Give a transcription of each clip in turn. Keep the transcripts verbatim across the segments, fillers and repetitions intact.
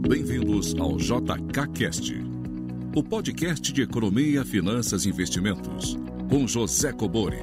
Bem-vindos ao J K Cast, o podcast de economia, finanças e investimentos, com José Cobori.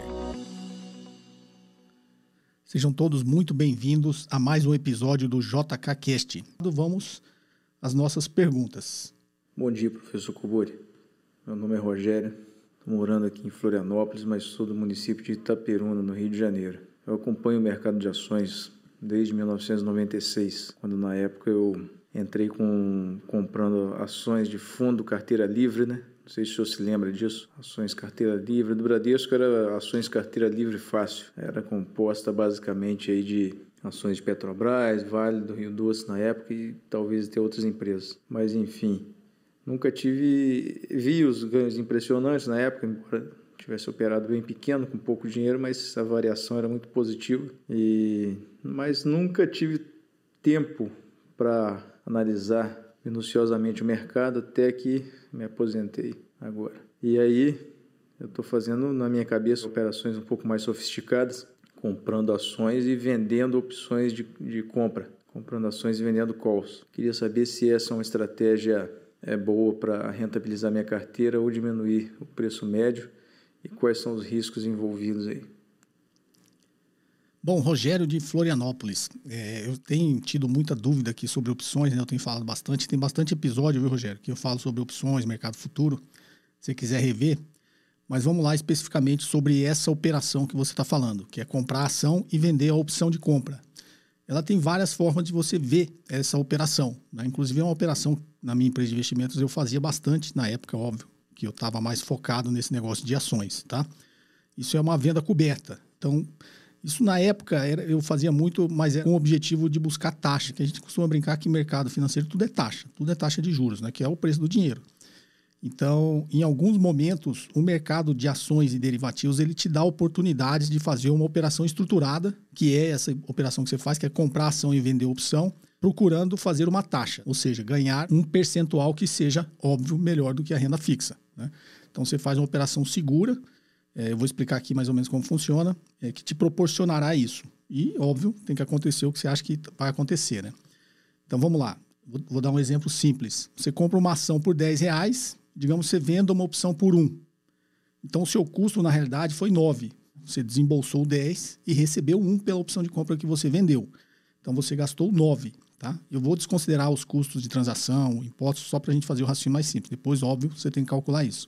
Sejam todos muito bem-vindos a mais um episódio do J K Cast. Vamos às nossas perguntas. Bom dia, professor Cobori. Meu nome é Rogério, estou morando aqui em Florianópolis, mas sou do município de Itaperuna, no Rio de Janeiro. Eu acompanho o mercado de ações desde mil novecentos e noventa e seis, quando na época eu entrei com, comprando ações de fundo carteira livre, né? Não sei se o senhor se lembra disso. Ações carteira livre. Do Bradesco era ações carteira livre fácil. Era composta basicamente aí de ações de Petrobras, Vale do Rio Doce na época e talvez até outras empresas. Mas enfim, nunca tive... Vi os ganhos impressionantes na época, embora tivesse operado bem pequeno, com pouco dinheiro, mas a variação era muito positiva. E... Mas nunca tive tempo para analisar minuciosamente o mercado até que me aposentei agora. E aí eu estou fazendo na minha cabeça operações um pouco mais sofisticadas, comprando ações e vendendo opções de, de compra, comprando ações e vendendo calls. Queria saber se essa é uma estratégia é boa para rentabilizar minha carteira ou diminuir o preço médio e quais são os riscos envolvidos aí. Bom, Rogério de Florianópolis, é, eu tenho tido muita dúvida aqui sobre opções, né? Eu tenho falado bastante, tem bastante episódio, viu, Rogério, que eu falo sobre opções, mercado futuro, se você quiser rever, mas vamos lá especificamente sobre essa operação que você está falando, que é comprar a ação e vender a opção de compra. Ela tem várias formas de você ver essa operação, né? Inclusive é uma operação, na minha empresa de investimentos, eu fazia bastante na época, óbvio, que eu estava mais focado nesse negócio de ações, tá? Isso é uma venda coberta, então... Isso na época era, eu fazia muito, mas é com o objetivo de buscar taxa, que a gente costuma brincar que mercado financeiro tudo é taxa, tudo é taxa de juros, né, que é o preço do dinheiro. Então, em alguns momentos, o mercado de ações e derivativos ele te dá oportunidades de fazer uma operação estruturada, que é essa operação que você faz, que é comprar ação e vender opção, procurando fazer uma taxa, ou seja, ganhar um percentual que seja, óbvio, melhor do que a renda fixa, né? Então, você faz uma operação segura. É, eu vou explicar aqui mais ou menos como funciona, é, que te proporcionará isso. E, óbvio, tem que acontecer o que você acha que vai acontecer, né? Então, vamos lá. Vou, vou dar um exemplo simples. Você compra uma ação por dez reais, digamos, você venda uma opção por um. Então, o seu custo, na realidade, foi nove. Você desembolsou dez e recebeu um pela opção de compra que você vendeu. Então, você gastou nove, tá? Eu vou desconsiderar os custos de transação, impostos, só para a gente fazer o raciocínio mais simples. Depois, óbvio, você tem que calcular isso.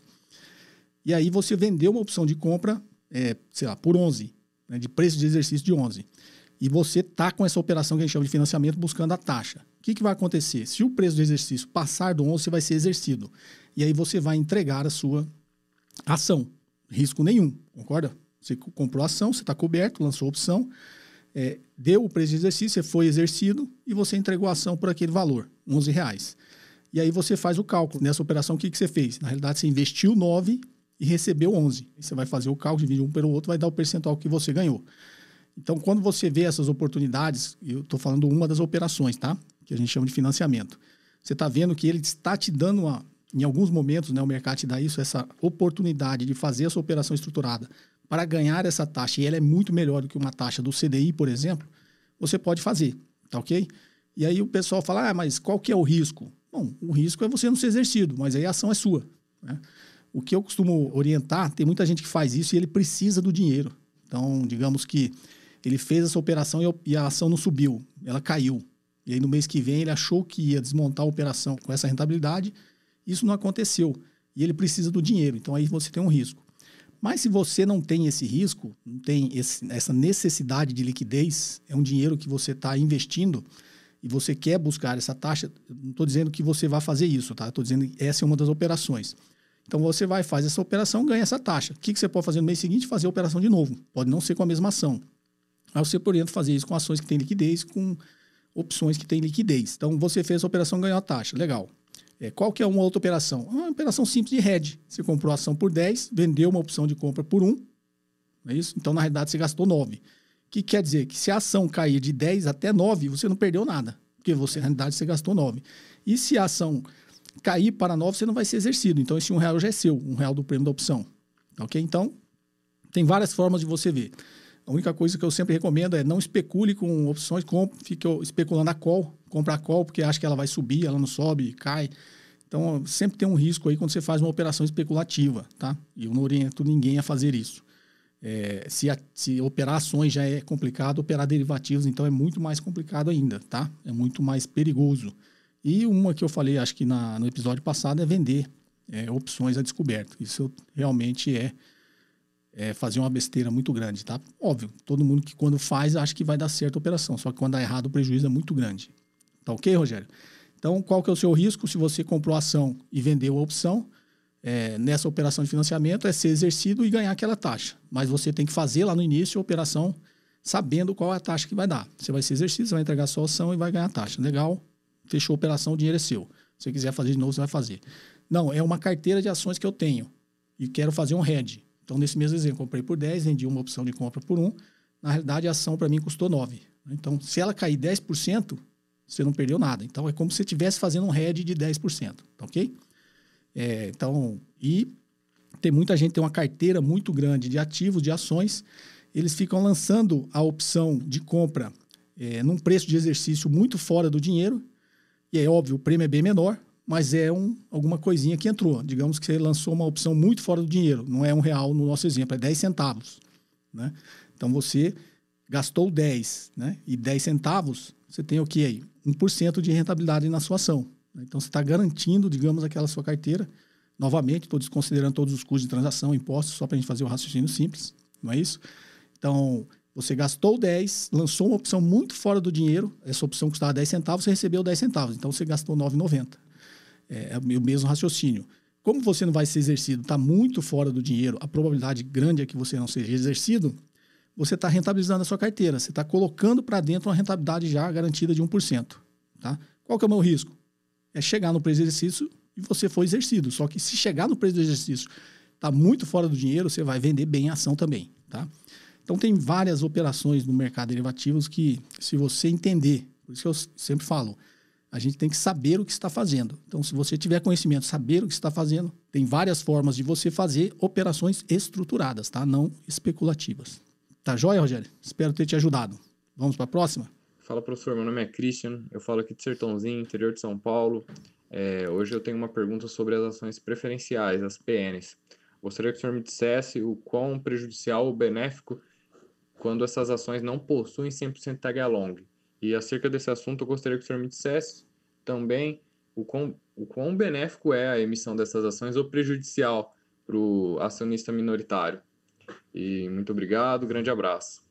E aí você vendeu uma opção de compra, é, sei lá, por onze, né, de preço de exercício de onze. E você está com essa operação que a gente chama de financiamento buscando a taxa. O que, que vai acontecer? Se o preço do exercício passar do onze, você vai ser exercido. E aí você vai entregar a sua ação. Risco nenhum, concorda? Você comprou a ação, você está coberto, lançou a opção, é, deu o preço de exercício, você foi exercido e você entregou a ação por aquele valor, onze reais. E aí você faz o cálculo. Nessa operação, o que, que você fez? Na realidade, você investiu nove e recebeu onze. Aí você vai fazer o cálculo, divide um pelo outro, vai dar o percentual que você ganhou. Então, quando você vê essas oportunidades, eu estou falando uma das operações, tá? Que a gente chama de financiamento. Você está vendo que ele está te dando, uma, em alguns momentos, né, o mercado te dá isso, essa oportunidade de fazer essa operação estruturada para ganhar essa taxa, e ela é muito melhor do que uma taxa do C D I, por exemplo, você pode fazer, tá ok? E aí o pessoal fala, ah, mas qual que é o risco? Bom, o risco é você não ser exercido, mas aí a ação é sua, né? O que eu costumo orientar, tem muita gente que faz isso e ele precisa do dinheiro. Então, digamos que ele fez essa operação e a ação não subiu, ela caiu. E aí no mês que vem ele achou que ia desmontar a operação com essa rentabilidade, isso não aconteceu. E ele precisa do dinheiro, então aí você tem um risco. Mas se você não tem esse risco, não tem esse, essa necessidade de liquidez, é um dinheiro que você está investindo e você quer buscar essa taxa, não estou dizendo que você vai fazer isso, tá? Estou dizendo que essa é uma das operações. Então, você vai, faz essa operação, ganha essa taxa. O que, que você pode fazer no mês seguinte? Fazer a operação de novo. Pode não ser com a mesma ação. Aí você orienta fazer isso com ações que têm liquidez, com opções que têm liquidez. Então, você fez a operação, ganhou a taxa. Legal. É, qual que é uma outra operação? Uma operação simples de hedge. Você comprou a ação por dez, vendeu uma opção de compra por um. Não é isso? Então, na realidade, você gastou nove. O que quer dizer? Que se a ação cair de dez até nove, você não perdeu nada. Porque você, na realidade, você gastou nove. E se a ação cair para nove, você não vai ser exercido. Então, esse um real já é seu, um real do prêmio da opção. Ok? Então, tem várias formas de você ver. A única coisa que eu sempre recomendo é não especule com opções, com, fique especulando a call, compra a call porque acha que ela vai subir, ela não sobe, cai. Então, sempre tem um risco aí quando você faz uma operação especulativa, tá? E eu não oriento ninguém a fazer isso. É, se, a, se operar ações já é complicado, operar derivativos, então, é muito mais complicado ainda, tá? É muito mais perigoso. E uma que eu falei, acho que na, no episódio passado, é vender é, opções a descoberto. Isso realmente é, é fazer uma besteira muito grande, tá? Óbvio, todo mundo que quando faz acha que vai dar certo a operação, só que quando dá errado o prejuízo é muito grande. Tá ok, Rogério? Então, qual que é o seu risco se você comprou a ação e vendeu a opção? É, nessa operação de financiamento é ser exercido e ganhar aquela taxa. Mas você tem que fazer lá no início a operação sabendo qual é a taxa que vai dar. Você vai ser exercido, você vai entregar a sua ação e vai ganhar a taxa. Legal, fechou a operação, o dinheiro é seu. Se você quiser fazer de novo, você vai fazer. Não, é uma carteira de ações que eu tenho e quero fazer um hedge. Então, nesse mesmo exemplo, comprei por dez, vendi uma opção de compra por um. Na realidade, a ação para mim custou nove. Então, se ela cair dez por cento, você não perdeu nada. Então, é como se você estivesse fazendo um hedge de dez por cento, tá ok? É, então, e tem muita gente que tem uma carteira muito grande de ativos, de ações, eles ficam lançando a opção de compra é, num preço de exercício muito fora do dinheiro, e é óbvio, o prêmio é bem menor, mas é um, alguma coisinha que entrou. Digamos que você lançou uma opção muito fora do dinheiro, não é um real no nosso exemplo, é dez centavos. Né? Então, você gastou dez, né? E dez centavos, você tem o que aí? um por cento de rentabilidade na sua ação. Então, você está garantindo, digamos, aquela sua carteira. Novamente, estou desconsiderando todos os custos de transação, impostos, só para a gente fazer o raciocínio simples, não é isso? Então, você gastou dez, lançou uma opção muito fora do dinheiro, essa opção custava dez centavos, você recebeu dez centavos, então você gastou nove reais e noventa centavos. É, é o mesmo raciocínio. Como você não vai ser exercido, está muito fora do dinheiro, a probabilidade grande é que você não seja exercido, você está rentabilizando a sua carteira, você está colocando para dentro uma rentabilidade já garantida de um por cento. Tá? Qual que é o meu risco? É chegar no preço do exercício e você for exercido. Só que se chegar no preço do exercício está muito fora do dinheiro, você vai vender bem a ação também. Tá? Então, tem várias operações no mercado de derivativos que, se você entender, por isso que eu sempre falo, a gente tem que saber o que está fazendo. Então, se você tiver conhecimento, saber o que está fazendo, tem várias formas de você fazer operações estruturadas, tá? Não especulativas. Tá joia, Rogério? Espero ter te ajudado. Vamos para a próxima? Fala, professor. Meu nome é Christian. Eu falo aqui de Sertãozinho, interior de São Paulo. É, hoje eu tenho uma pergunta sobre as ações preferenciais, as P Ns. Gostaria que o senhor me dissesse o quão prejudicial ou benéfico quando essas ações não possuem cem por cento tag along. E acerca desse assunto, eu gostaria que o senhor me dissesse também o quão, o quão benéfico é a emissão dessas ações ou prejudicial para o acionista minoritário. E muito obrigado, grande abraço.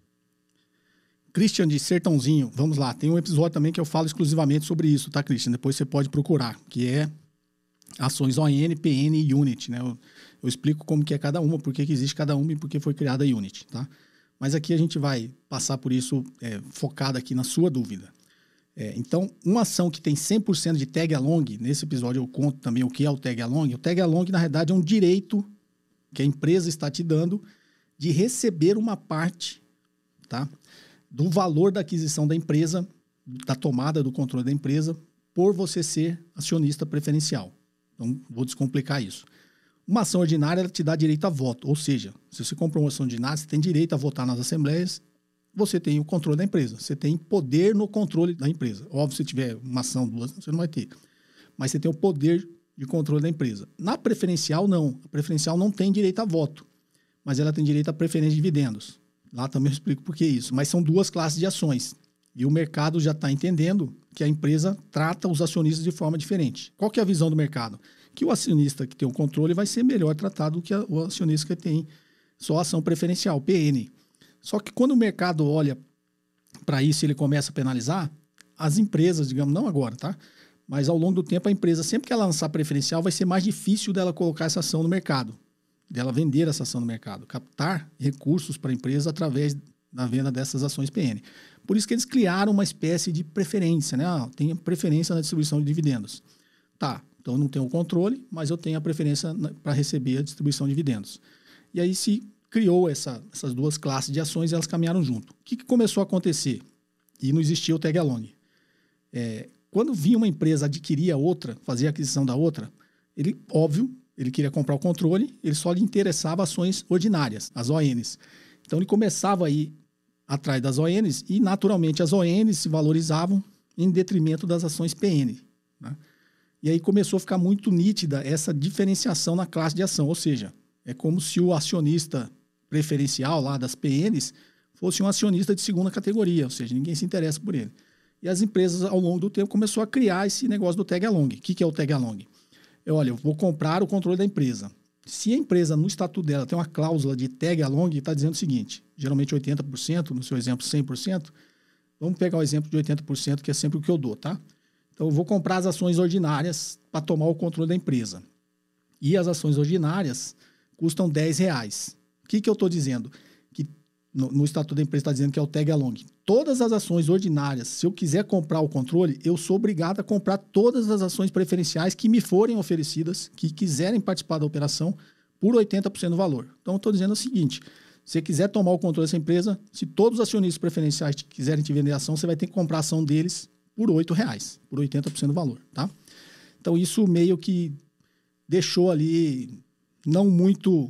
Christian de Sertãozinho, vamos lá. Tem um episódio também que eu falo exclusivamente sobre isso, tá, Christian? Depois você pode procurar, que é ações O N, P N e Unit, né? Eu, eu explico como que é cada uma, por que que existe cada uma e por que foi criada a Unit, tá? Mas aqui a gente vai passar por isso é, focado aqui na sua dúvida. É, então, uma ação que tem cem por cento de tag along, nesse episódio eu conto também o que é o tag along. O tag along, na realidade, é um direito que a empresa está te dando de receber uma parte, tá, do valor da aquisição da empresa, da tomada do controle da empresa, por você ser acionista preferencial. Então, vou descomplicar isso. Uma ação ordinária ela te dá direito a voto, ou seja, se você comprou uma ação ordinária, você tem direito a votar nas assembleias, você tem o controle da empresa, você tem poder no controle da empresa. Óbvio, se tiver uma ação, duas, você não vai ter. Mas você tem o poder de controle da empresa. Na preferencial, não. A preferencial não tem direito a voto, mas ela tem direito a preferência de dividendos. Lá também eu explico por que isso. Mas são duas classes de ações. E o mercado já está entendendo que a empresa trata os acionistas de forma diferente. Qual que é a visão do mercado? Que o acionista que tem o controle vai ser melhor tratado do que o acionista que tem só ação preferencial, P N. Só que quando o mercado olha para isso e ele começa a penalizar, as empresas, digamos, não agora, tá? Mas ao longo do tempo a empresa, sempre que ela lançar preferencial, vai ser mais difícil dela colocar essa ação no mercado, dela vender essa ação no mercado, captar recursos para a empresa através da venda dessas ações P N. Por isso que eles criaram uma espécie de preferência, né? Ah, tem preferência na distribuição de dividendos. Tá, então eu não tenho o controle, mas eu tenho a preferência para receber a distribuição de dividendos. E aí se criou essa, essas duas classes de ações e elas caminharam junto. O que, que começou a acontecer? E não existia o tag along. É, quando vinha uma empresa adquirir a outra, fazer a aquisição da outra, ele, óbvio, ele queria comprar o controle, ele só lhe interessava ações ordinárias, as O Ns. Então, ele começava a ir atrás das O Ns e, naturalmente, as O Ns se valorizavam em detrimento das ações P N. Né? E aí começou a ficar muito nítida essa diferenciação na classe de ação, ou seja, é como se o acionista preferencial lá das P Ns fosse um acionista de segunda categoria, ou seja, ninguém se interessa por ele. E as empresas, ao longo do tempo, começou a criar esse negócio do tag-along. O que, que é o tag-along? É, olha, eu vou comprar o controle da empresa. Se a empresa, no estatuto dela, tem uma cláusula de tag-along, está dizendo o seguinte, geralmente oitenta por cento, no seu exemplo cem por cento, vamos pegar o exemplo de oitenta por cento, que é sempre o que eu dou, tá? Então, eu vou comprar as ações ordinárias para tomar o controle da empresa. E as ações ordinárias custam dez reais. O que, que eu estou dizendo? Que no, no estatuto da empresa está dizendo que é o tag-along. Todas as ações ordinárias, se eu quiser comprar o controle, eu sou obrigado a comprar todas as ações preferenciais que me forem oferecidas, que quiserem participar da operação, por oitenta por cento do valor. Então, eu estou dizendo o seguinte, se você quiser tomar o controle dessa empresa, se todos os acionistas preferenciais quiserem te vender a ação, você vai ter que comprar a ação deles por oito reais, por oitenta por cento do valor, tá? Então, isso meio que deixou ali não muito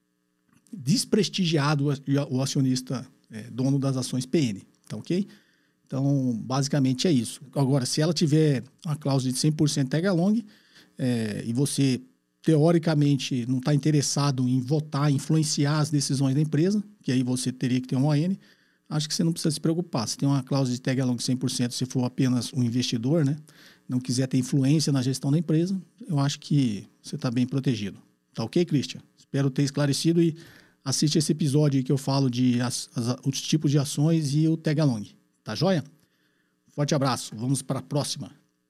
desprestigiado o acionista é, dono das ações P N, tá ok? Então, basicamente é isso. Agora, se ela tiver uma cláusula de cem por cento tag-along é, e você, teoricamente, não está interessado em votar, influenciar as decisões da empresa, que aí você teria que ter um O N, acho que você não precisa se preocupar. Se tem uma cláusula de tag-along de cem por cento, se for apenas um investidor, né, não quiser ter influência na gestão da empresa, eu acho que você está bem protegido. Tá ok, Christian? Espero ter esclarecido e assiste esse episódio aí que eu falo de as, as, os tipos de ações e o tag-along. Tá joia? Forte abraço. Vamos para a próxima.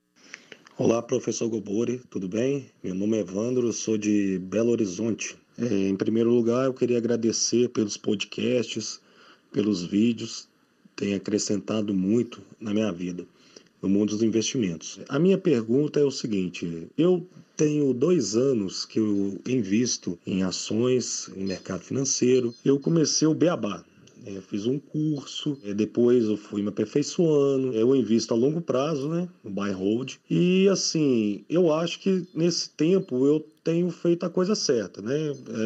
Olá, professor Gobori, tudo bem? Meu nome é Evandro, eu sou de Belo Horizonte. É, em primeiro lugar, eu queria agradecer pelos podcasts, pelos vídeos, tem acrescentado muito na minha vida, no mundo dos investimentos. A minha pergunta é o seguinte, eu tenho dois anos que eu invisto em ações, em mercado financeiro, eu comecei o Beabá. Eu fiz um curso, depois eu fui me aperfeiçoando, eu invisto a longo prazo, né, no buy and hold, e assim, eu acho que nesse tempo eu tenho feito a coisa certa, né,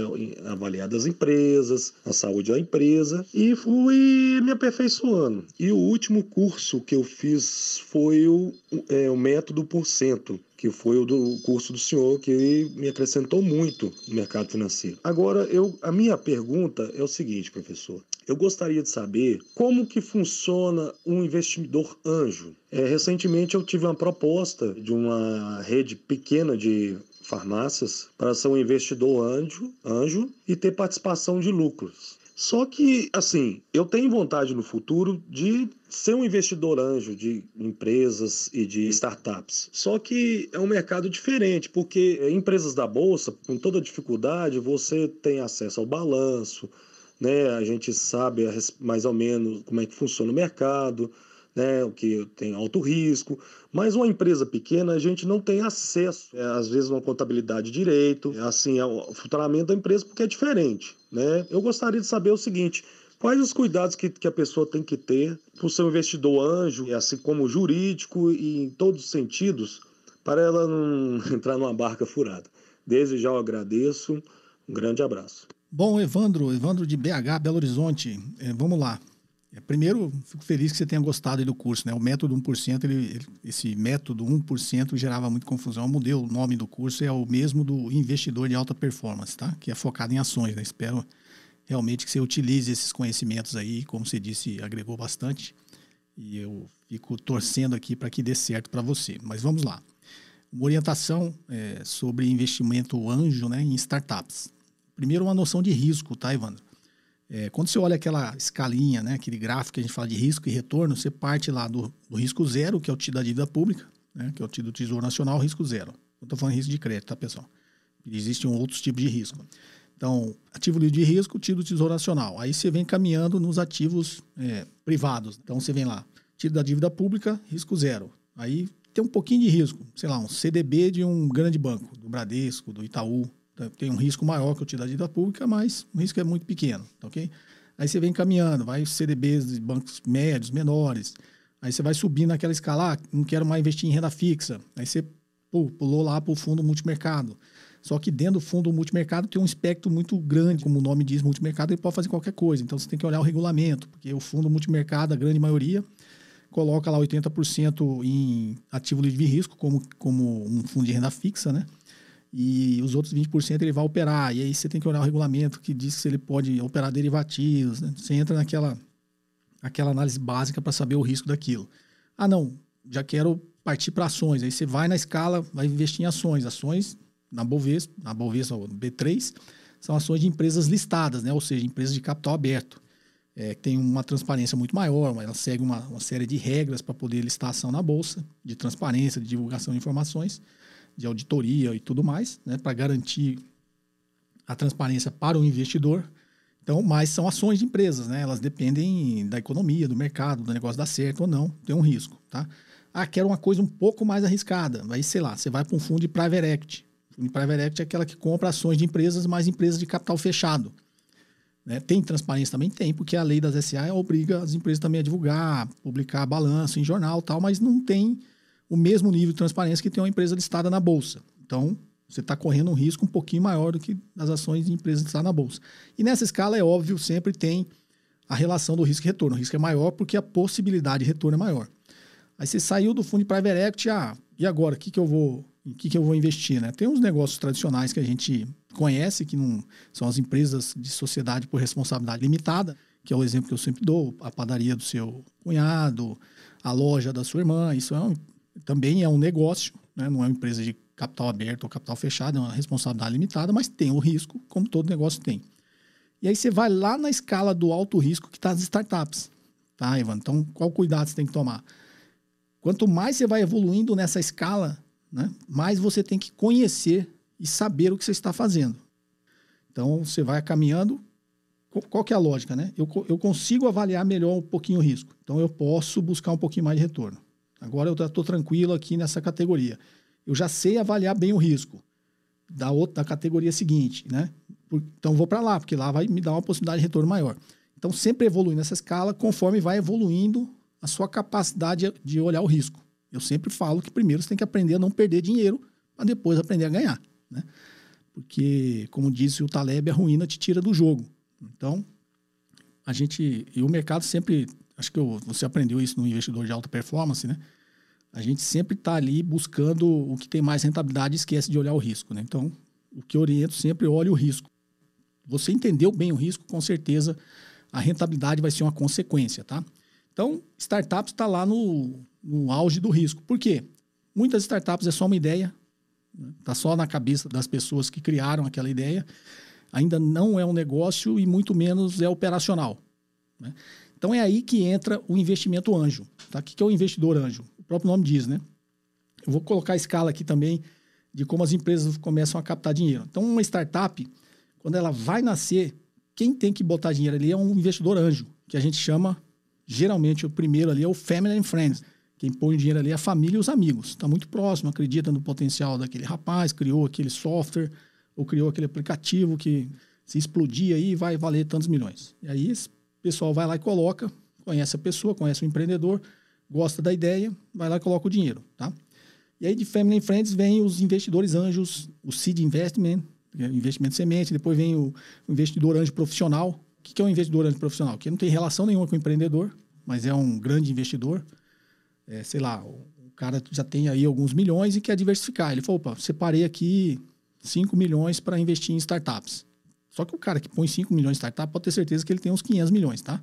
é, avaliado as empresas, a saúde da empresa, e fui me aperfeiçoando. E o último curso que eu fiz foi o, é, o método por cento, que foi o do curso do senhor, que me acrescentou muito no mercado financeiro. Agora, eu, a minha pergunta é o seguinte, professor. Eu gostaria de saber como que funciona um investidor anjo. É, recentemente eu tive uma proposta de uma rede pequena de farmácias para ser um investidor anjo, anjo e ter participação de lucros. Só que, assim, eu tenho vontade no futuro de ser um investidor anjo de empresas e de startups. Só que é um mercado diferente, porque empresas da Bolsa, com toda dificuldade, você tem acesso ao balanço, né? A gente sabe mais ou menos como é que funciona o mercado, né? O que tem alto risco, mas uma empresa pequena a gente não tem acesso, é, às vezes, uma contabilidade direito, assim, ao funcionamento da empresa, porque é diferente, né? Eu gostaria de saber o seguinte, quais os cuidados que, que a pessoa tem que ter por ser um investidor anjo, assim como jurídico e em todos os sentidos, para ela não entrar numa barca furada. Desde já eu agradeço, um grande abraço. Bom, Evandro, Evandro de B H, Belo Horizonte, é, vamos lá. É, primeiro, fico feliz que você tenha gostado aí do curso, né? O método um por cento, ele, ele, esse método um por cento gerava muita confusão. Eu mudei o nome do curso, é o mesmo do investidor de alta performance, tá? Que é focado em ações, né? Espero realmente que você utilize esses conhecimentos aí, como você disse, agregou bastante. E eu fico torcendo aqui para que dê certo para você. Mas vamos lá. Uma orientação é, sobre investimento anjo, né, em startups. Primeiro, uma noção de risco, tá, Evandro? É, quando você olha aquela escalinha, né, aquele gráfico que a gente fala de risco e retorno, você parte lá do, do risco zero, que é o título da dívida pública, né, que é o título do Tesouro Nacional, risco zero. Eu estou falando de risco de crédito, tá, pessoal? Existem outros tipos de risco. Então, ativo livre de risco, título do Tesouro Nacional. Aí você vem caminhando nos ativos é, privados. Então, você vem lá, título da dívida pública, risco zero. Aí tem um pouquinho de risco, sei lá, um C D B de um grande banco, do Bradesco, do Itaú. Tem um risco maior que o título da dívida pública, mas o risco é muito pequeno, tá ok? Aí você vem caminhando, vai C D Bs de bancos médios, menores. Aí você vai subindo naquela escala, ah, não quero mais investir em renda fixa. Aí você pô, pulou lá para o fundo multimercado. Só que dentro do fundo multimercado tem um espectro muito grande, como o nome diz, multimercado, ele pode fazer qualquer coisa. Então, você tem que olhar o regulamento, porque o fundo multimercado, a grande maioria, coloca lá oitenta por cento em ativo livre de risco, como, como um fundo de renda fixa, né? E os outros vinte por cento ele vai operar. E aí você tem que olhar o regulamento que diz que ele pode operar derivativos, né? Você entra naquela aquela análise básica para saber o risco daquilo. Ah, não, já quero partir para ações. Aí você vai na escala, vai investir em ações. Ações na Bovespa, na Bovespa B três, são ações de empresas listadas, né? Ou seja, empresas de capital aberto. É, tem uma transparência muito maior, mas ela segue uma, uma série de regras para poder listar ação na Bolsa, de transparência, de divulgação de informações, de auditoria e tudo mais, né? Para garantir a transparência para o investidor. Então, mas são ações de empresas, né? Elas dependem da economia, do mercado, do negócio dar certo ou não, tem um risco, tá? Ah, quero uma coisa um pouco mais arriscada. Aí, sei lá, você vai para um fundo de private equity. O fundo de private equity é aquela que compra ações de empresas, mas empresas de capital fechado. Né? Tem transparência? Também tem, porque a lei das S A obriga as empresas também a divulgar, publicar balanço em jornal e tal, mas não tem o mesmo nível de transparência que tem uma empresa listada na Bolsa. Então, você está correndo um risco um pouquinho maior do que as ações de empresas listadas na Bolsa. E nessa escala, é óbvio, sempre tem a relação do risco e retorno. O risco é maior porque a possibilidade de retorno é maior. Aí você saiu do fundo de private equity, ah, e agora? O que, que eu vou, em que, que eu vou investir? Né? Tem uns negócios tradicionais que a gente conhece, que não são as empresas de sociedade por responsabilidade limitada, que é o exemplo que eu sempre dou, a padaria do seu cunhado, a loja da sua irmã. Isso é um, também é um negócio, né? Não é uma empresa de capital aberto ou capital fechado, é uma responsabilidade limitada, mas tem o risco, como todo negócio tem. E aí você vai lá na escala do alto risco que está as startups. Tá, Ivan? Então, qual cuidado você tem que tomar? Quanto mais você vai evoluindo nessa escala, né, mais você tem que conhecer e saber o que você está fazendo. Então, você vai caminhando. Qual que é a lógica? Né? Eu, eu consigo avaliar melhor um pouquinho o risco. Então, eu posso buscar um pouquinho mais de retorno. Agora, eu já estou tranquilo aqui nessa categoria. Eu já sei avaliar bem o risco da, outra, da categoria seguinte. Né? Então, vou para lá, porque lá vai me dar uma possibilidade de retorno maior. Então, sempre evolui nessa escala conforme vai evoluindo a sua capacidade de olhar o risco. Eu sempre falo que primeiro você tem que aprender a não perder dinheiro para depois aprender a ganhar. Né? Porque, como disse o Taleb, a ruína te tira do jogo. Então, a gente... E o mercado sempre... Acho que eu, você aprendeu isso no investidor de alta performance, né? A gente sempre está ali buscando o que tem mais rentabilidade e esquece de olhar o risco. Né? Então, o que eu oriento sempre, olhe o risco. Você entendeu bem o risco, com certeza a rentabilidade vai ser uma consequência, tá? Então, startups está lá no, no auge do risco. Por quê? Muitas startups é só uma ideia, está só na cabeça das pessoas que criaram aquela ideia, ainda não é um negócio e muito menos é operacional. Né? Então, é aí que entra o investimento anjo. Tá? O que é o investidor anjo? O próprio nome diz, né? Eu vou colocar a escala aqui também de como as empresas começam a captar dinheiro. Então, uma startup, quando ela vai nascer, quem tem que botar dinheiro ali é um investidor anjo, que a gente chama... Geralmente, o primeiro ali é o Family and Friends. Quem põe o dinheiro ali é a família e os amigos. Está muito próximo, acredita no potencial daquele rapaz, criou aquele software ou criou aquele aplicativo que se explodir aí vai valer tantos milhões. E aí esse pessoal vai lá e coloca, conhece a pessoa, conhece o empreendedor, gosta da ideia, vai lá e coloca o dinheiro. Tá? E aí de Family and Friends vem os investidores anjos, o Seed Investment, investimento semente, depois vem o investidor anjo profissional. O que é um investidor anjo profissional? Que não tem relação nenhuma com o empreendedor, mas é um grande investidor. É, sei lá, o cara já tem aí alguns milhões e quer diversificar. Ele falou, opa, separei aqui cinco milhões para investir em startups. Só que o cara que põe cinco milhões em startup pode ter certeza que ele tem uns quinhentos milhões, tá?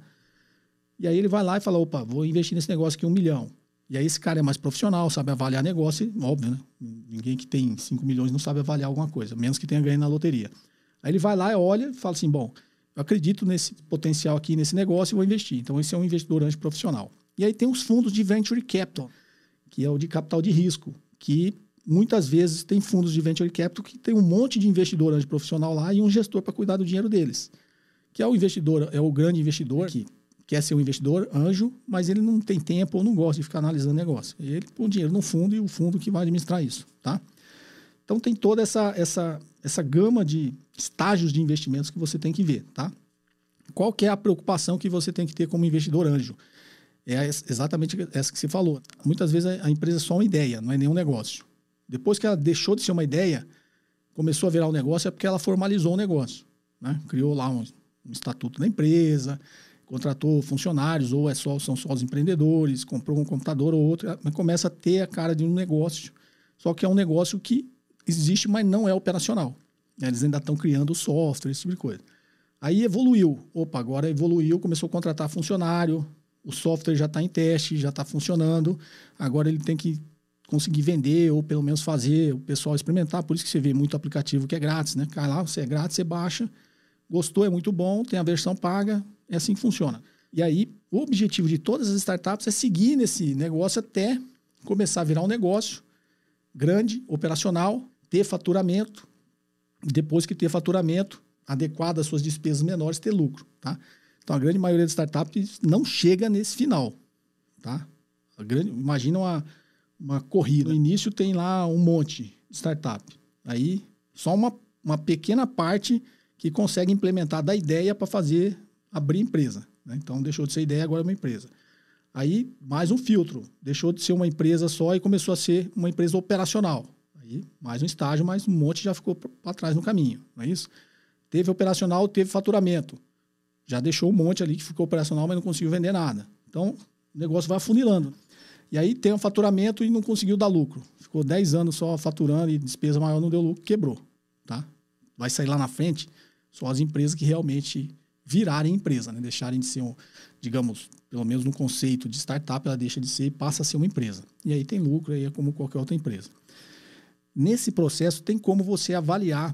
E aí ele vai lá e fala, opa, vou investir nesse negócio aqui um milhão. E aí esse cara é mais profissional, sabe avaliar negócio, óbvio, né? Ninguém que tem cinco milhões não sabe avaliar alguma coisa, menos que tenha ganho na loteria. Aí ele vai lá, olha e fala assim, bom... Eu acredito nesse potencial aqui, nesse negócio e vou investir. Então, esse é um investidor anjo profissional. E aí tem os fundos de Venture Capital, que é o de capital de risco, que muitas vezes tem fundos de Venture Capital que tem um monte de investidor anjo profissional lá e um gestor para cuidar do dinheiro deles. Que é o investidor, é o grande investidor que quer ser um investidor anjo, mas ele não tem tempo ou não gosta de ficar analisando negócio. Ele põe o dinheiro no fundo e o fundo que vai administrar isso, tá? Então, tem toda essa, essa, essa gama de estágios de investimentos que você tem que ver, tá? Qual que é a preocupação que você tem que ter como investidor anjo? É exatamente essa que você falou. Muitas vezes a empresa é só uma ideia, não é nenhum negócio. Depois que ela deixou de ser uma ideia, começou a virar um negócio é porque ela formalizou o negócio, né? Criou lá um, um estatuto da empresa, contratou funcionários, ou é só, são só os empreendedores, comprou um computador ou outro, mas começa a ter a cara de um negócio, só que é um negócio que existe, mas não é operacional. Eles ainda estão criando software, esse tipo de coisa. Aí evoluiu. Opa, agora evoluiu, começou a contratar funcionário, o software já está em teste, já está funcionando, agora ele tem que conseguir vender ou pelo menos fazer o pessoal experimentar. Por isso que você vê muito aplicativo que é grátis, né? Cai lá, você é grátis, você baixa, gostou, é muito bom, tem a versão paga, é assim que funciona. E aí, o objetivo de todas as startups é seguir nesse negócio até começar a virar um negócio grande, operacional, ter faturamento, depois que ter faturamento, adequado às suas despesas menores, ter lucro, tá? Então, a grande maioria das startups não chega nesse final, tá? A grande, imagina uma, uma corrida. No início tem lá um monte de startup. Aí, só uma, uma pequena parte que consegue implementar da ideia para fazer abrir empresa, né? Então, deixou de ser ideia, agora é uma empresa. Aí, mais um filtro. Deixou de ser uma empresa só e começou a ser uma empresa operacional. Aí, mais um estágio, mas um monte já ficou para trás no caminho, não é isso? Teve operacional, teve faturamento. Já deixou um monte ali que ficou operacional, mas não conseguiu vender nada. Então, o negócio vai afunilando. E aí tem um faturamento e não conseguiu dar lucro. Ficou dez anos só faturando e despesa maior não deu lucro, quebrou, tá? Vai sair lá na frente só as empresas que realmente virarem empresa, né? Deixarem de ser, um, digamos, pelo menos no conceito de startup, ela deixa de ser e passa a ser uma empresa. E aí tem lucro, aí é como qualquer outra empresa. Nesse processo tem como você avaliar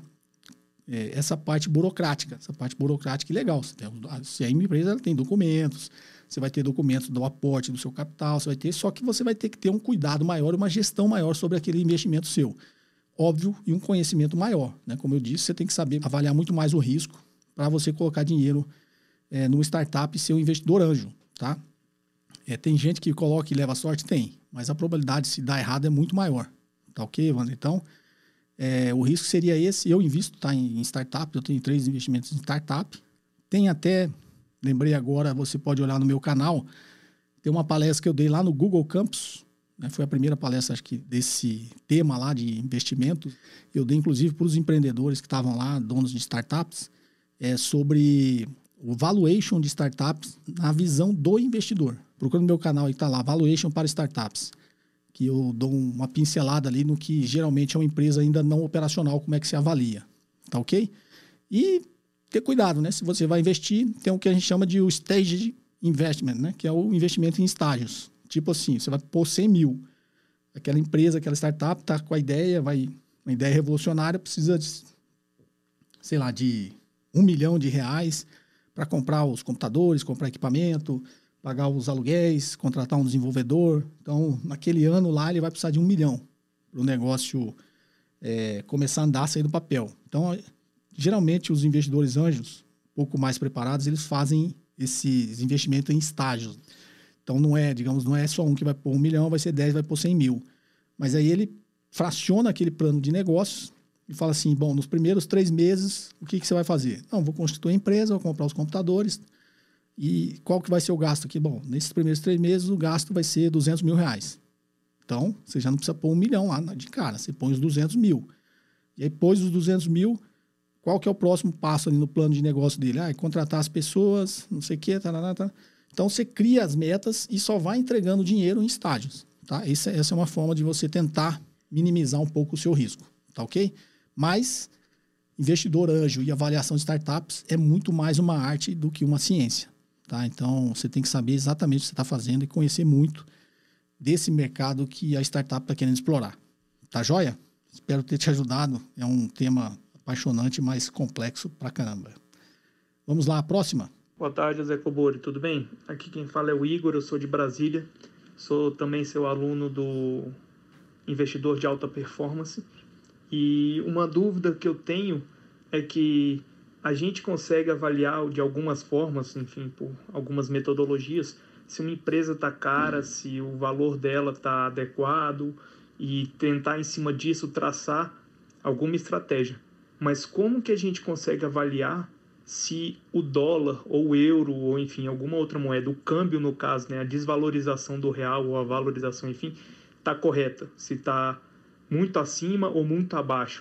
é, essa parte burocrática, essa parte burocrática e legal. Você tem, se a empresa ela tem documentos, você vai ter documentos do aporte do seu capital, você vai ter, só que você vai ter que ter um cuidado maior, uma gestão maior sobre aquele investimento seu. Óbvio, e um conhecimento maior, né? Como eu disse, você tem que saber avaliar muito mais o risco para você colocar dinheiro é, no startup e ser um investidor anjo, tá? É, tem gente que coloca e leva sorte? Tem, mas a probabilidade de se dar errado é muito maior. Tá ok, Evandro? Então, é, o risco seria esse. Eu invisto tá, em, em startup, eu tenho três investimentos em startup. Tem até, lembrei agora, você pode olhar no meu canal, tem uma palestra que eu dei lá no Google Campus, né? Foi a primeira palestra, acho que, desse tema lá de investimento. Eu dei, inclusive, para os empreendedores que estavam lá, donos de startups, é, sobre o valuation de startups na visão do investidor. Procura no meu canal aí, está lá, Valuation para Startups, que eu dou uma pincelada ali no que geralmente é uma empresa ainda não operacional, como é que se avalia, tá ok? E ter cuidado, né? Se você vai investir, tem o que a gente chama de o stage investment, né? Que é o investimento em estágios. Tipo assim, você vai pôr cem mil. Aquela empresa, aquela startup tá com a ideia, vai, uma ideia revolucionária, precisa de, sei lá, de um milhão de reais para comprar os computadores, comprar equipamento, pagar os aluguéis, contratar um desenvolvedor. Então, naquele ano lá, ele vai precisar de um milhão para o negócio é, começar a andar, sair do papel. Então, geralmente, os investidores anjos, um pouco mais preparados, eles fazem esses investimentos em estágios. Então, não é, digamos, não é só um que vai pôr um milhão, vai ser dez, vai pôr cem mil. Mas aí ele fraciona aquele plano de negócios e fala assim, bom, nos primeiros três meses, o que, que você vai fazer? Não, vou constituir a empresa, vou comprar os computadores. E qual que vai ser o gasto aqui? Bom, nesses primeiros três meses, o gasto vai ser duzentos mil reais. Então, você já não precisa pôr um milhão lá de cara, você põe os duzentos mil. E aí, pôs os duzentos mil, qual que é o próximo passo ali no plano de negócio dele? Ah, é contratar as pessoas, não sei o quê, tarará, tarará. Então, você cria as metas e só vai entregando dinheiro em estágios, tá? Essa, essa é uma forma de você tentar minimizar um pouco o seu risco, tá ok? Mas, investidor anjo e avaliação de startups é muito mais uma arte do que uma ciência, tá? Então, você tem que saber exatamente o que você está fazendo e conhecer muito desse mercado que a startup está querendo explorar. Tá joia? Espero ter te ajudado. É um tema apaixonante, mas complexo pra caramba. Vamos lá, a próxima. Boa tarde, José Cobori, tudo bem? Aqui quem fala é o Igor, eu sou de Brasília. Sou também seu aluno do Investidor de Alta Performance. E uma dúvida que eu tenho é que a gente consegue avaliar de algumas formas, enfim, por algumas metodologias, se uma empresa está cara, se o valor dela está adequado e tentar em cima disso traçar alguma estratégia. Mas como que a gente consegue avaliar se o dólar ou o euro ou enfim alguma outra moeda, o câmbio no caso, né, a desvalorização do real ou a valorização, enfim, está correta, se está muito acima ou muito abaixo?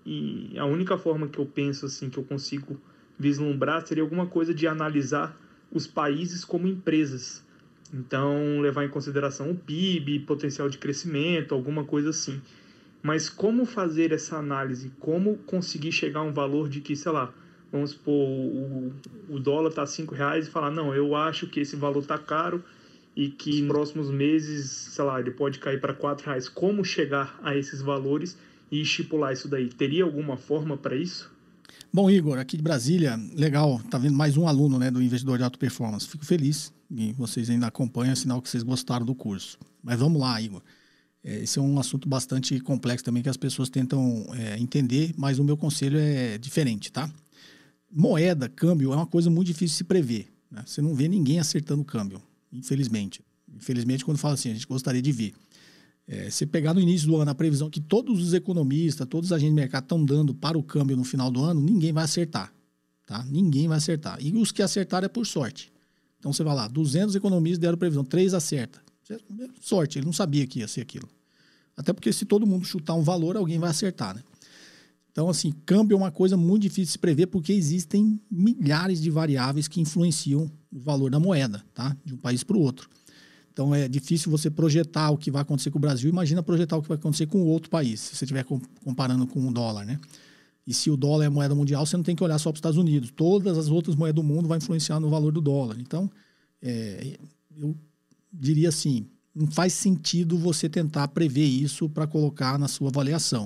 e a única forma que eu penso assim, que eu consigo vislumbrar, seria alguma coisa de analisar os países como empresas. Então, levar em consideração o P I B, potencial de crescimento, alguma coisa assim. Mas como fazer essa análise? Como conseguir chegar a um valor de que, sei lá, vamos supor, o, o dólar está cinco reais e falar, não, eu acho que esse valor está caro e que nos próximos meses, sei lá, ele pode cair para quatro reais. Como chegar a esses valores e estipular isso daí? Teria alguma forma para isso? Bom, Igor, aqui de Brasília, legal, tá vendo mais um aluno, né, do Investidor de Alta Performance. Fico feliz e vocês ainda acompanham, é sinal que vocês gostaram do curso. Mas vamos lá, Igor. É, esse é um assunto bastante complexo também que as pessoas tentam é, entender, mas o meu conselho é diferente, tá? Moeda, câmbio, é uma coisa muito difícil de se prever, né? Você não vê ninguém acertando o câmbio, infelizmente. Infelizmente, quando fala assim, a gente gostaria de ver. É, se pegar no início do ano a previsão que todos os economistas, todos os agentes de mercado estão dando para o câmbio no final do ano, ninguém vai acertar, tá? Ninguém vai acertar. E os que acertaram é por sorte. Então você vai lá, duzentos economistas deram previsão, três acerta. Sorte, ele não sabia que ia ser aquilo. Até porque se todo mundo chutar um valor, alguém vai acertar, né? Então, assim, câmbio é uma coisa muito difícil de se prever porque existem milhares de variáveis que influenciam o valor da moeda, tá? De um país para o outro. Então, é difícil você projetar o que vai acontecer com o Brasil. Imagina projetar o que vai acontecer com outro país, se você estiver comparando com o dólar, né? E se o dólar é a moeda mundial, você não tem que olhar só para os Estados Unidos. Todas as outras moedas do mundo vão influenciar no valor do dólar. Então, é, eu diria assim, não faz sentido você tentar prever isso para colocar na sua avaliação.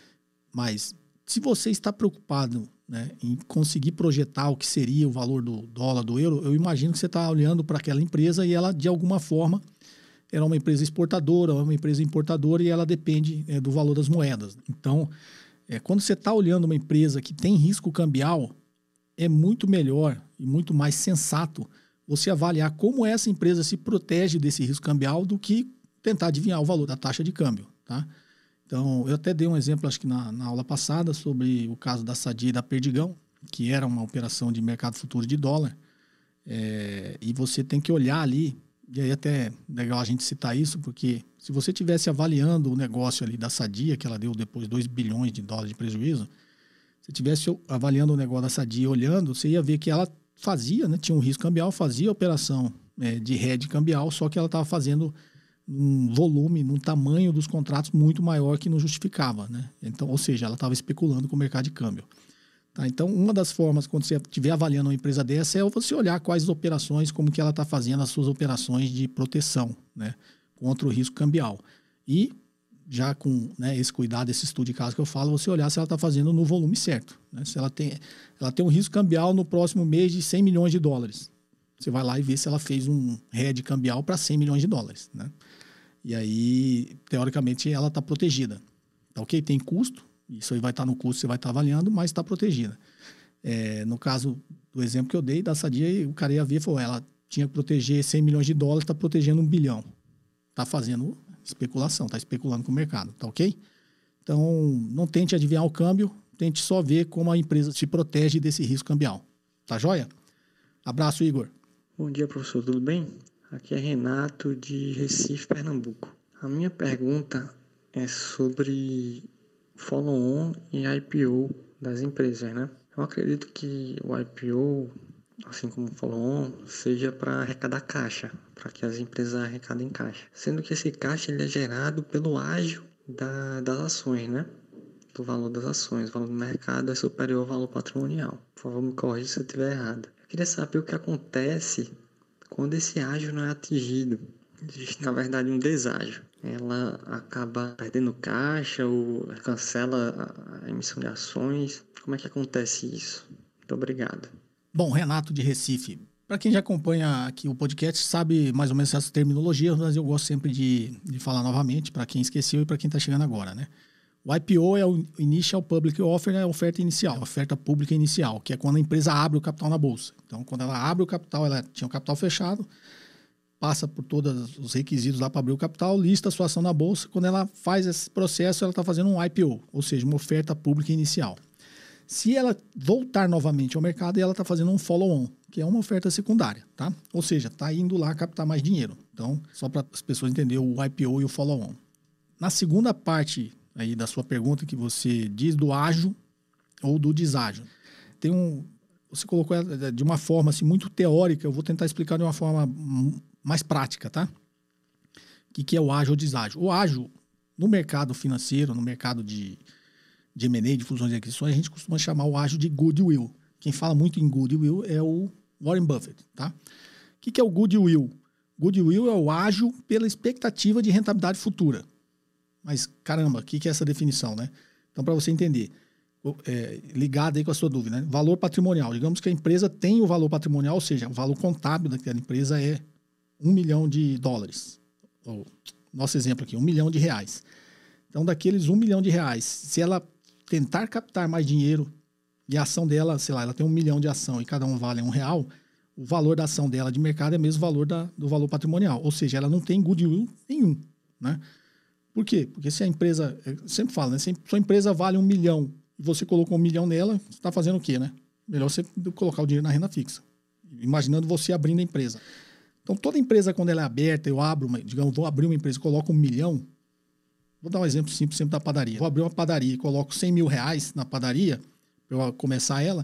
Mas, se você está preocupado, né, em conseguir projetar o que seria o valor do dólar, do euro, eu imagino que você está olhando para aquela empresa e ela, de alguma forma, era uma empresa exportadora, uma empresa importadora e ela depende é, do valor das moedas. Então, é, quando você está olhando uma empresa que tem risco cambial, é muito melhor e muito mais sensato você avaliar como essa empresa se protege desse risco cambial do que tentar adivinhar o valor da taxa de câmbio, tá? Então, eu até dei um exemplo, acho que na, na aula passada, sobre o caso da Sadia e da Perdigão, que era uma operação de mercado futuro de dólar. É, e você tem que olhar ali, e aí até é legal a gente citar isso, porque se você estivesse avaliando o negócio ali da Sadia, que ela deu depois dois bilhões de dólares de prejuízo, se estivesse avaliando o negócio da Sadia olhando, você ia ver que ela fazia, né, tinha um risco cambial, fazia operação é, de hedge cambial, só que ela estava fazendo um volume, num tamanho dos contratos muito maior que não justificava, né? Então, ou seja, ela estava especulando com o mercado de câmbio. Tá? Então, uma das formas, quando você estiver avaliando uma empresa dessa, é você olhar quais as operações, como que ela está fazendo as suas operações de proteção, né, contra o risco cambial. E, já com, né, esse cuidado, esse estudo de caso que eu falo, você olhar se ela está fazendo no volume certo, né? Se ela tem, ela tem um risco cambial no próximo mês de cem milhões de dólares. Você vai lá e vê se ela fez um hedge cambial para cem milhões de dólares, né? E aí, teoricamente, ela está protegida. Tá ok? Tem custo, isso aí vai estar tá no custo, você vai estar tá avaliando, mas está protegida. É, no caso do exemplo que eu dei da Sadia, o cara ia ver e falou, ela tinha que proteger cem milhões de dólares, está protegendo um bilhão. Está fazendo especulação, está especulando com o mercado, tá ok? Então, não tente adivinhar o câmbio, tente só ver como a empresa se protege desse risco cambial. Tá joia? Abraço, Igor. Bom dia, professor, tudo bem? Aqui é Renato, de Recife, Pernambuco. A minha pergunta é sobre follow-on e I P O das empresas, né? Eu acredito que o I P O, assim como o follow-on, seja para arrecadar caixa, para que as empresas arrecadem caixa. Sendo que esse caixa ele é gerado pelo ágio da, das ações, né? Do valor das ações. O valor do mercado é superior ao valor patrimonial. Por favor, me corrija se eu estiver errado. Eu queria saber o que acontece quando esse ágio não é atingido. Existe, na verdade, um deságio. Ela acaba perdendo caixa ou cancela a emissão de ações. Como é que acontece isso? Muito obrigado. Bom, Renato de Recife. Para quem já acompanha aqui o podcast, sabe mais ou menos essas terminologias, mas eu gosto sempre de, de falar novamente, para quem esqueceu e para quem está chegando agora, né? O I P O é o Initial Public Offer, é a oferta inicial, a oferta pública inicial, que é quando a empresa abre o capital na bolsa. Então, quando ela abre o capital, ela tinha o capital fechado, passa por todos os requisitos lá para abrir o capital, lista a sua ação na bolsa. Quando ela faz esse processo, ela está fazendo um I P O, ou seja, uma oferta pública inicial. Se ela voltar novamente ao mercado, ela está fazendo um follow-on, que é uma oferta secundária, tá? Ou seja, está indo lá captar mais dinheiro. Então, só para as pessoas entenderem o I P O e o follow-on. Na segunda parte aí da sua pergunta, que você diz do ágil ou do deságil. Tem um, você colocou de uma forma assim, muito teórica, eu vou tentar explicar de uma forma mais prática, tá? O que, que é o ágil ou deságil? O ágil, no mercado financeiro, no mercado de, de M and A, de fusões e aquisições, a gente costuma chamar o ágil de goodwill. Quem fala muito em goodwill é o Warren Buffett, tá? O que, que é o goodwill? Goodwill é o ágil pela expectativa de rentabilidade futura. Mas, caramba, o que, que é essa definição, né? Então, para você entender, é, ligado aí com a sua dúvida, né? Valor patrimonial. Digamos que a empresa tem o valor patrimonial, ou seja, o valor contábil daquela empresa é um milhão de dólares. Ou, nosso exemplo aqui, um milhão de reais. Então, daqueles um milhão de reais, se ela tentar captar mais dinheiro e a ação dela, sei lá, ela tem um milhão de ação e cada um vale um real, o valor da ação dela de mercado é o mesmo valor da, do valor patrimonial. Ou seja, ela não tem goodwill nenhum, né? Por quê? Porque se a empresa, eu sempre falo, né? Se a sua empresa vale um milhão e você colocou um milhão nela, você está fazendo o quê, né? Melhor você colocar o dinheiro na renda fixa. Imaginando você abrindo a empresa. Então, toda empresa, quando ela é aberta, eu abro, uma, digamos, vou abrir uma empresa e coloco um milhão. Vou dar um exemplo simples sempre da padaria. Vou abrir uma padaria e coloco cem mil reais na padaria, para eu começar ela.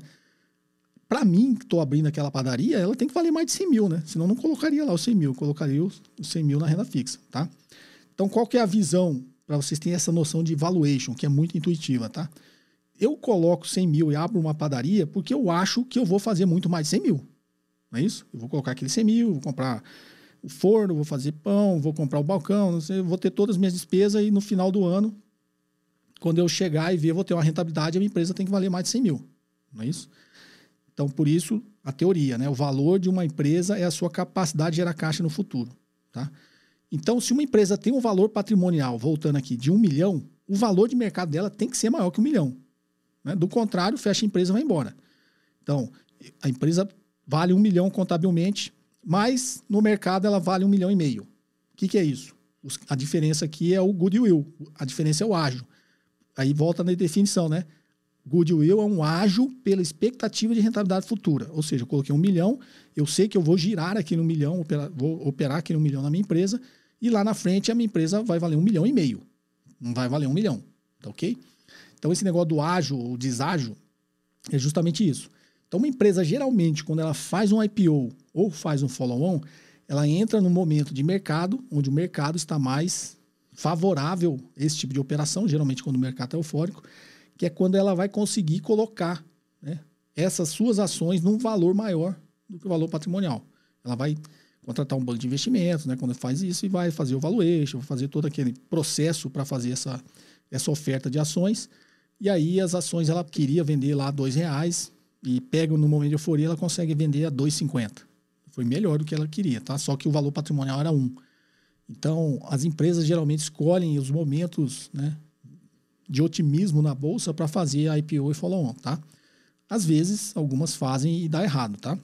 Para mim, que estou abrindo aquela padaria, ela tem que valer mais de cem mil, né? Senão, não colocaria lá os cem mil. Eu colocaria os cem mil na renda fixa, tá? Então, qual que é a visão para vocês terem essa noção de valuation, que é muito intuitiva, tá? Eu coloco cem mil e abro uma padaria porque eu acho que eu vou fazer muito mais de cem mil. Não é isso? Eu vou colocar aquele cem mil, vou comprar o forno, vou fazer pão, vou comprar o balcão, não sei, vou ter todas as minhas despesas e no final do ano, quando eu chegar e ver, eu vou ter uma rentabilidade, a minha empresa tem que valer mais de cem mil. Não é isso? Então, por isso, a teoria, né? O valor de uma empresa é a sua capacidade de gerar caixa no futuro, tá? Então, se uma empresa tem um valor patrimonial, voltando aqui, de um milhão, o valor de mercado dela tem que ser maior que um milhão. Né? Do contrário, fecha a empresa e vai embora. Então, a empresa vale um milhão contabilmente, mas no mercado ela vale um milhão e meio. O que, que é isso? Os, a diferença aqui é o goodwill, a diferença é o ágil. Aí volta na definição, né? Goodwill é um ágil pela expectativa de rentabilidade futura. Ou seja, eu coloquei um milhão, eu sei que eu vou girar aqui no milhão, operar, vou operar aqui no milhão na minha empresa, e lá na frente a minha empresa vai valer um milhão e meio. Não vai valer um milhão, tá ok? Então esse negócio do ágil ou deságil é justamente isso. Então uma empresa geralmente, quando ela faz um I P O ou faz um follow-on, ela entra num momento de mercado, onde o mercado está mais favorável a esse tipo de operação, geralmente quando o mercado é eufórico, que é quando ela vai conseguir colocar, né, essas suas ações num valor maior do que o valor patrimonial. Ela vai contratar um banco de investimentos, né, quando faz isso, e vai fazer o valuation, vai fazer todo aquele processo para fazer essa, essa oferta de ações. E aí as ações ela queria vender lá a dois reais e pega no momento de euforia, ela consegue vender a dois reais e cinquenta centavos. Foi melhor do que ela queria, tá? Só que o valor patrimonial era um. Então, as empresas geralmente escolhem os momentos, né, de otimismo na bolsa para fazer I P O e follow-on, tá? Às vezes, algumas fazem e dá errado, tá?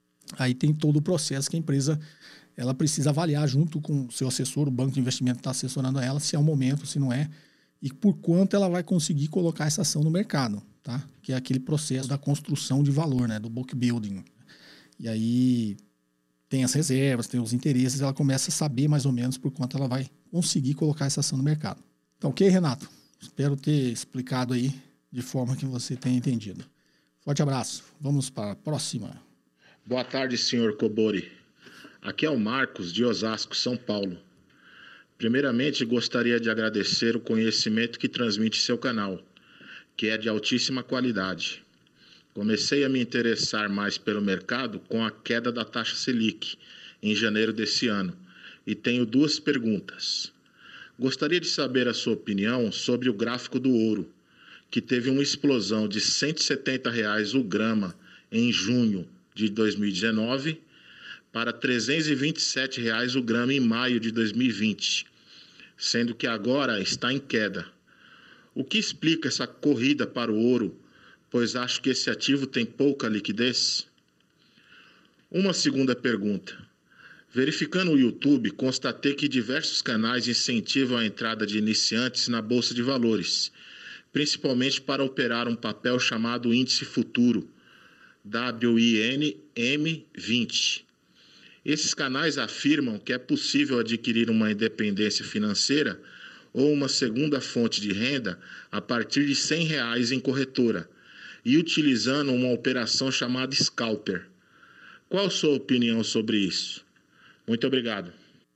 Aí tem todo o processo que a empresa ela precisa avaliar junto com o seu assessor, o banco de investimento está assessorando ela, se é o momento, se não é, e por quanto ela vai conseguir colocar essa ação no mercado, tá? Que é aquele processo da construção de valor, né? Do book building. E aí tem as reservas, tem os interesses, ela começa a saber mais ou menos por quanto ela vai conseguir colocar essa ação no mercado. Então, ok, Renato? Espero ter explicado aí de forma que você tenha entendido. Forte abraço. Vamos para a próxima. Boa tarde, senhor Cobori. Aqui é o Marcos, de Osasco, São Paulo. Primeiramente, gostaria de agradecer o conhecimento que transmite seu canal, que é de altíssima qualidade. Comecei a me interessar mais pelo mercado com a queda da taxa Selic, em janeiro desse ano, e tenho duas perguntas. Gostaria de saber a sua opinião sobre o gráfico do ouro, que teve uma explosão de cento e setenta reais o grama em junho de dois mil e dezenove para trezentos e vinte e sete reais o grama em maio de dois mil e vinte, sendo que agora está em queda. O que explica essa corrida para o ouro, pois acho que esse ativo tem pouca liquidez? Uma segunda pergunta. Verificando o YouTube, constatei que diversos canais incentivam a entrada de iniciantes na Bolsa de Valores, principalmente para operar um papel chamado Índice Futuro, W I N M vinte. Esses canais afirmam que é possível adquirir uma independência financeira ou uma segunda fonte de renda a partir de cem reais em corretora e utilizando uma operação chamada Scalper. Qual a sua opinião sobre isso? Muito obrigado.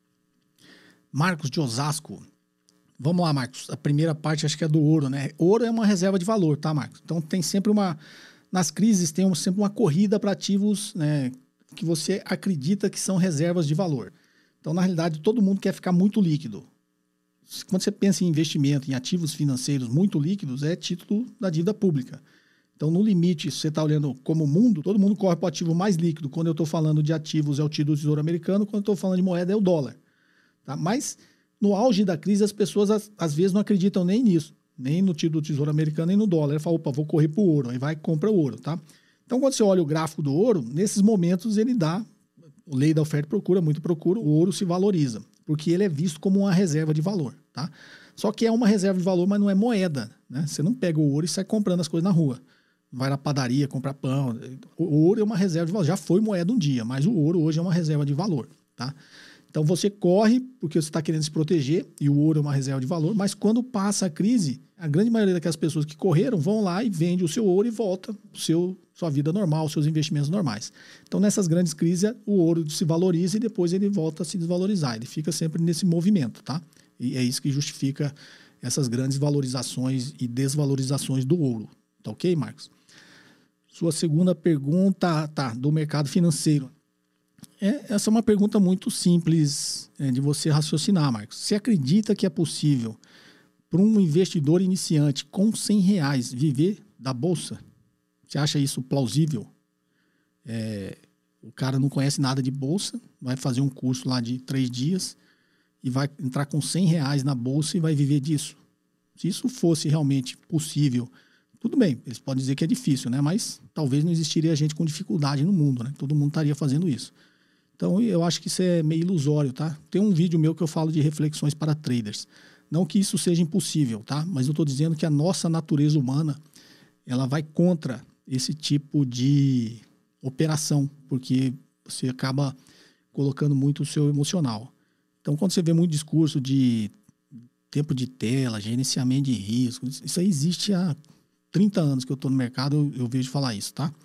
Marcos de Osasco. Vamos lá, Marcos. A primeira parte acho que é do ouro, né? Ouro é uma reserva de valor, tá, Marcos? Então tem sempre uma... Nas crises tem sempre uma corrida para ativos, né, que você acredita que são reservas de valor. Então, na realidade, todo mundo quer ficar muito líquido. Quando você pensa em investimento, em ativos financeiros muito líquidos, é título da dívida pública. Então, no limite, se você está olhando como mundo, todo mundo corre para o ativo mais líquido. Quando eu estou falando de ativos, é o título do Tesouro Americano. Quando eu estou falando de moeda, é o dólar. Tá? Mas, no auge da crise, as pessoas, às, às vezes, não acreditam nem nisso. Nem no título do Tesouro Americano, nem no dólar. Ele fala, opa, vou correr para o ouro. Aí vai e compra o ouro, tá? Então, quando você olha o gráfico do ouro, nesses momentos ele dá, a lei da oferta e procura, muito procura, o ouro se valoriza, porque ele é visto como uma reserva de valor, tá? Só que é uma reserva de valor, mas não é moeda, né? Você não pega o ouro e sai comprando as coisas na rua. Vai na padaria, comprar pão. O ouro é uma reserva de valor. Já foi moeda um dia, mas o ouro hoje é uma reserva de valor, tá? Então, você corre porque você está querendo se proteger e o ouro é uma reserva de valor, mas quando passa a crise, a grande maioria daquelas pessoas que correram vão lá e vende o seu ouro e volta para seu sua vida normal, seus investimentos normais. Então, nessas grandes crises, o ouro se valoriza e depois ele volta a se desvalorizar. Ele fica sempre nesse movimento, tá? E é isso que justifica essas grandes valorizações e desvalorizações do ouro. Tá ok, Marcos? Sua segunda pergunta, tá, do mercado financeiro. É, essa é uma pergunta muito simples é, de você raciocinar, Marcos. Você acredita que é possível para um investidor iniciante com cem reais viver da bolsa? Você acha isso plausível? É, o cara não conhece nada de bolsa, vai fazer um curso lá de três dias e vai entrar com cem reais na bolsa e vai viver disso. Se isso fosse realmente possível, tudo bem, eles podem dizer que é difícil, né? Mas talvez não existiria gente com dificuldade no mundo, né? Todo mundo estaria fazendo isso. Então, eu acho que isso é meio ilusório, tá? Tem um vídeo meu que eu falo de reflexões para traders. Não que isso seja impossível, tá? Mas eu estou dizendo que a nossa natureza humana, ela vai contra esse tipo de operação, porque você acaba colocando muito o seu emocional. Então, quando você vê muito discurso de tempo de tela, gerenciamento de risco, isso aí existe há trinta anos que eu estou no mercado, eu, eu vejo falar isso, tá?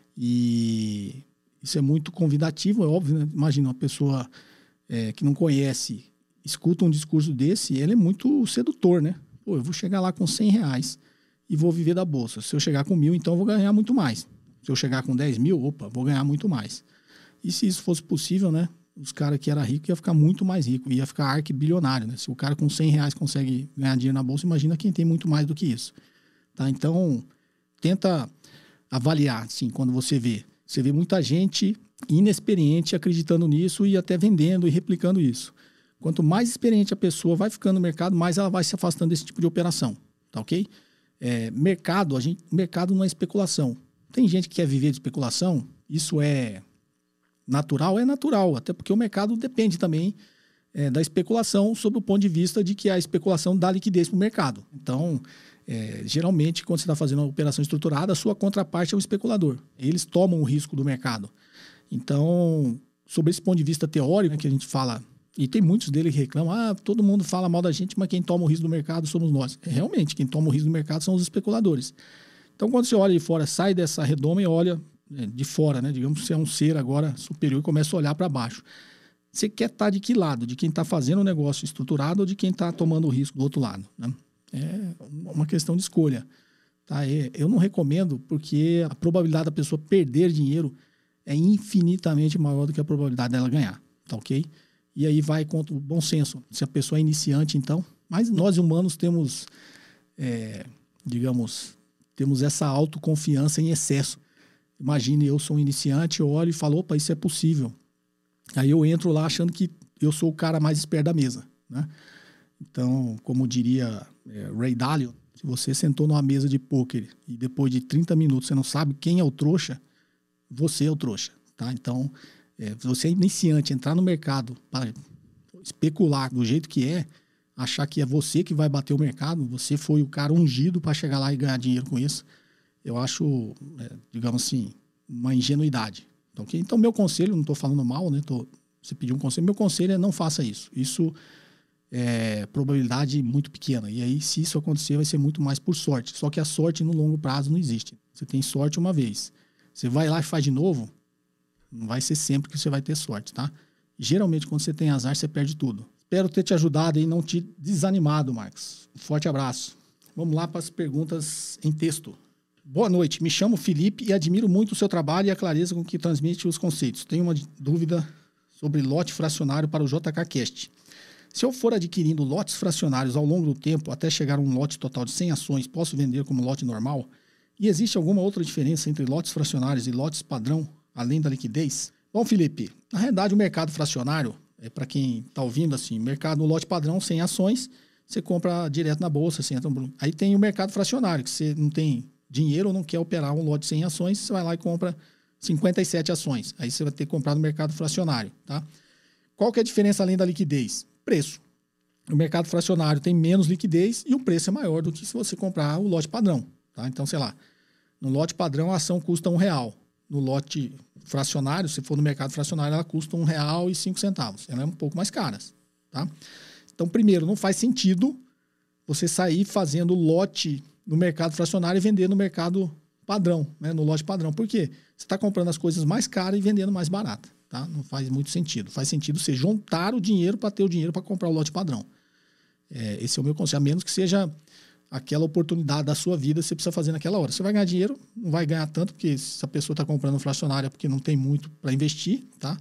E isso é muito convidativo, é óbvio, né? Imagina uma pessoa é, que não conhece, escuta um discurso desse, ele é muito sedutor, né? Pô, eu vou chegar lá com cem reais e vou viver da bolsa. Se eu chegar com mil, então eu vou ganhar muito mais. Se eu chegar com dez mil, opa, vou ganhar muito mais. E se isso fosse possível, né? Os caras que eram ricos iam ficar muito mais ricos, ia ficar arquibilionário, né? Se o cara com cem reais consegue ganhar dinheiro na bolsa, imagina quem tem muito mais do que isso. Tá? Então, tenta avaliar, assim, quando você vê. Você vê muita gente inexperiente acreditando nisso e até vendendo e replicando isso. Quanto mais experiente a pessoa vai ficando no mercado, mais ela vai se afastando desse tipo de operação, tá ok? É, mercado, a gente, mercado não é especulação. Tem gente que quer viver de especulação, isso é natural? É natural, até porque o mercado depende também é, da especulação sob o ponto de vista de que a especulação dá liquidez para o mercado. Então, é, geralmente, quando você está fazendo uma operação estruturada, a sua contraparte é o especulador. Eles tomam o risco do mercado. Então, sob esse ponto de vista teórico, né, que a gente fala, e tem muitos deles que reclamam, ah, todo mundo fala mal da gente, mas quem toma o risco do mercado somos nós. É, realmente, quem toma o risco do mercado são os especuladores. Então, quando você olha de fora, sai dessa redoma e olha é, de fora, né? Digamos que você é um ser agora superior e começa a olhar para baixo. Você quer estar de que lado? De quem está fazendo o negócio estruturado ou de quem está tomando o risco do outro lado, né? É uma questão de escolha. Tá? Eu não recomendo porque a probabilidade da pessoa perder dinheiro é infinitamente maior do que a probabilidade dela ganhar. Tá ok? E aí vai contra o bom senso. Se a pessoa é iniciante, então... Mas nós humanos temos, é, digamos, temos essa autoconfiança em excesso. Imagine, eu sou um iniciante, eu olho e falo, opa, isso é possível. Aí eu entro lá achando que eu sou o cara mais esperto da mesa, né? Então, como diria é, Ray Dalio, se você sentou numa mesa de pôquer e depois de trinta minutos você não sabe quem é o trouxa, você é o trouxa, tá? Então, é, se você é iniciante, entrar no mercado para especular do jeito que é, achar que é você que vai bater o mercado, você foi o cara ungido para chegar lá e ganhar dinheiro com isso, eu acho, é, digamos assim, uma ingenuidade. Então, okay? Então meu conselho, não estou falando mal, né? Tô, você pediu um conselho, meu conselho é não faça isso. Isso é, probabilidade muito pequena. E aí, se isso acontecer, vai ser muito mais por sorte. Só que a sorte no longo prazo não existe. Você tem sorte uma vez. Você vai lá e faz de novo, não vai ser sempre que você vai ter sorte, tá? Geralmente, quando você tem azar, você perde tudo. Espero ter te ajudado e não te desanimado, Marcos. Um forte abraço. Vamos lá para as perguntas em texto. Boa noite, me chamo Felipe e admiro muito o seu trabalho e a clareza com que transmite os conceitos. Tenho uma dúvida sobre lote fracionário para o J K Cast. Se eu for adquirindo lotes fracionários ao longo do tempo, até chegar a um lote total de cem ações, posso vender como lote normal? E existe alguma outra diferença entre lotes fracionários e lotes padrão, além da liquidez? Bom, Felipe, na realidade o mercado fracionário, é para quem está ouvindo assim, mercado no lote padrão, cem ações, você compra direto na bolsa. Você entra no... Aí tem o mercado fracionário, que você não tem dinheiro ou não quer operar um lote de cem ações, você vai lá e compra cinquenta e sete ações. Aí você vai ter que comprar no mercado fracionário, tá? Qual que é a diferença além da liquidez? Preço. O mercado fracionário tem menos liquidez e o preço é maior do que se você comprar o lote padrão, tá? Então, sei lá, no lote padrão a ação custa um real. No lote fracionário, se for no mercado fracionário, ela custa um real e cinco centavos. Ela é um pouco mais cara, tá? Então, primeiro, não faz sentido você sair fazendo lote no mercado fracionário e vender no mercado padrão, né? No lote padrão. Por quê? Você está comprando as coisas mais caras e vendendo mais barata, tá? Não faz muito sentido. Faz sentido você juntar o dinheiro para ter o dinheiro para comprar o lote padrão. É, esse é o meu conselho. A menos que seja aquela oportunidade da sua vida, você precisa fazer naquela hora. Você vai ganhar dinheiro, não vai ganhar tanto, porque se a pessoa está comprando fracionário é porque não tem muito para investir, tá?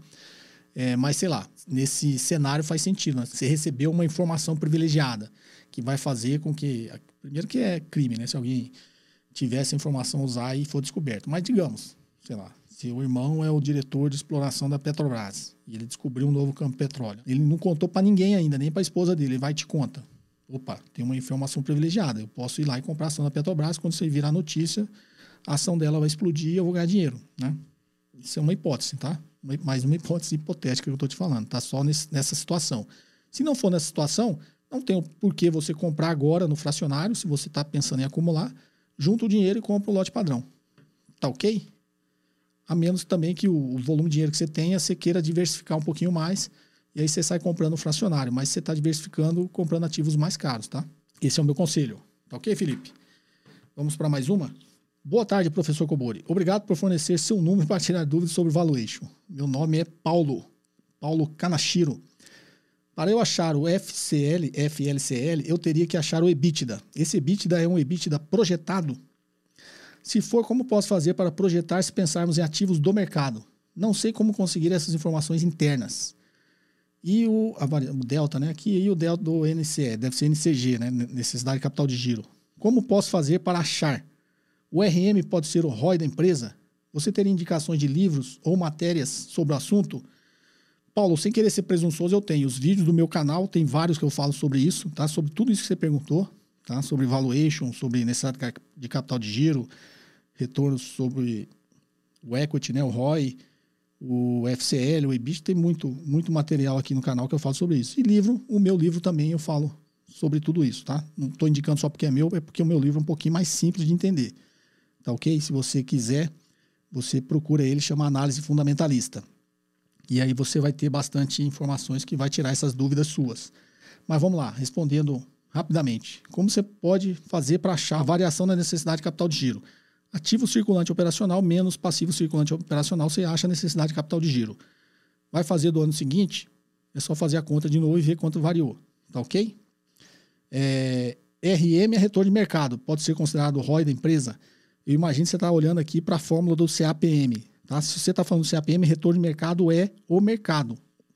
É, mas, sei lá, nesse cenário faz sentido, né? Você recebeu uma informação privilegiada que vai fazer com que... Primeiro que é crime, né? Se alguém tiver essa informação, usar e for descoberto. Mas, digamos, sei lá, se o irmão é o diretor de exploração da Petrobras e ele descobriu um novo campo de petróleo, ele não contou para ninguém ainda, nem para a esposa dele, ele vai e te conta. Opa, tem uma informação privilegiada, eu posso ir lá e comprar a ação da Petrobras, quando você virar a notícia, a ação dela vai explodir e eu vou ganhar dinheiro, né? Isso é uma hipótese, tá? Mais uma hipótese hipotética que eu estou te falando, tá? Só nesse, nessa situação. Se não for nessa situação, não tem por que você comprar agora no fracionário, se você está pensando em acumular, junta o dinheiro e compra o lote padrão. Tá ok? A menos também que o, o volume de dinheiro que você tenha, você queira diversificar um pouquinho mais, e aí você sai comprando fracionário, mas você está diversificando comprando ativos mais caros, tá? Esse é o meu conselho. Tá ok, Felipe? Vamos para mais uma? Boa tarde, professor Cobori. Obrigado por fornecer seu número para tirar dúvidas sobre valuation. Meu nome é Paulo, Paulo Kanashiro. Para eu achar o F C L, F L C L, eu teria que achar o EBITDA. Esse EBITDA é um EBITDA projetado? Se for, como posso fazer para projetar se pensarmos em ativos do mercado? Não sei como conseguir essas informações internas. E o, a, o delta, né? Aqui e o delta do N C E, deve ser N C G, né? Necessidade de capital de giro. Como posso fazer para achar? O R M pode ser o R O I da empresa? Você teria indicações de livros ou matérias sobre o assunto? Paulo, sem querer ser presunçoso, eu tenho os vídeos do meu canal, tem vários que eu falo sobre isso, tá? Sobre tudo isso que você perguntou, tá? Sobre valuation, sobre necessidade de capital de giro, retornos sobre o equity, né? O R O I, o F C L, o EBITDA, tem muito, muito material aqui no canal que eu falo sobre isso. E livro, o meu livro também eu falo sobre tudo isso, tá? Não estou indicando só porque é meu, é porque o meu livro é um pouquinho mais simples de entender, tá ok? Se você quiser, você procura ele, chama Análise Fundamentalista. E aí você vai ter bastante informações que vai tirar essas dúvidas suas. Mas vamos lá, respondendo rapidamente. Como você pode fazer para achar a variação da necessidade de capital de giro? Ativo circulante operacional menos passivo circulante operacional, você acha a necessidade de capital de giro. Vai fazer do ano seguinte, é só fazer a conta de novo e ver quanto variou. Tá ok? É, R M é retorno de mercado, pode ser considerado o R O I da empresa. Eu imagino que você está olhando aqui para a fórmula do C A P M. Tá? Se você está falando do C A P M, retorno de mercado é o mercado.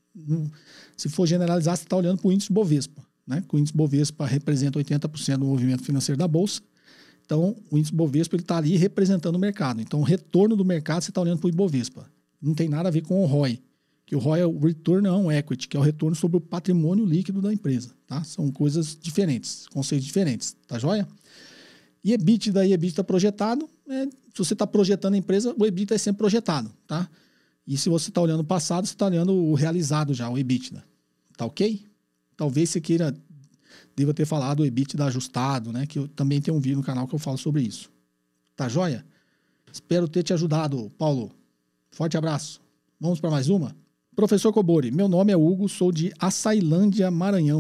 Se for generalizar, você está olhando para o índice Bovespa, né? O índice Bovespa representa oitenta por cento do movimento financeiro da Bolsa. Então, o índice Bovespa está ali representando o mercado. Então, o retorno do mercado, você está olhando para o Ibovespa. Não tem nada a ver com o R O I. Que o R O I é o Return on Equity, que é o retorno sobre o patrimônio líquido da empresa. Tá? São coisas diferentes, conceitos diferentes. Tá joia? E EBITDA e EBITDA projetado, é, se você está projetando a empresa, o EBITDA é sempre projetado, tá? E se você está olhando o passado, você está olhando o realizado já, o EBITDA. Tá ok? Talvez você queira, deva ter falado o EBITDA ajustado, né? Que eu também tenho um vídeo no canal que eu falo sobre isso. Tá joia? Espero ter te ajudado, Paulo. Forte abraço. Vamos para mais uma? Professor Cobori, meu nome é Hugo, sou de Açailândia, Maranhão.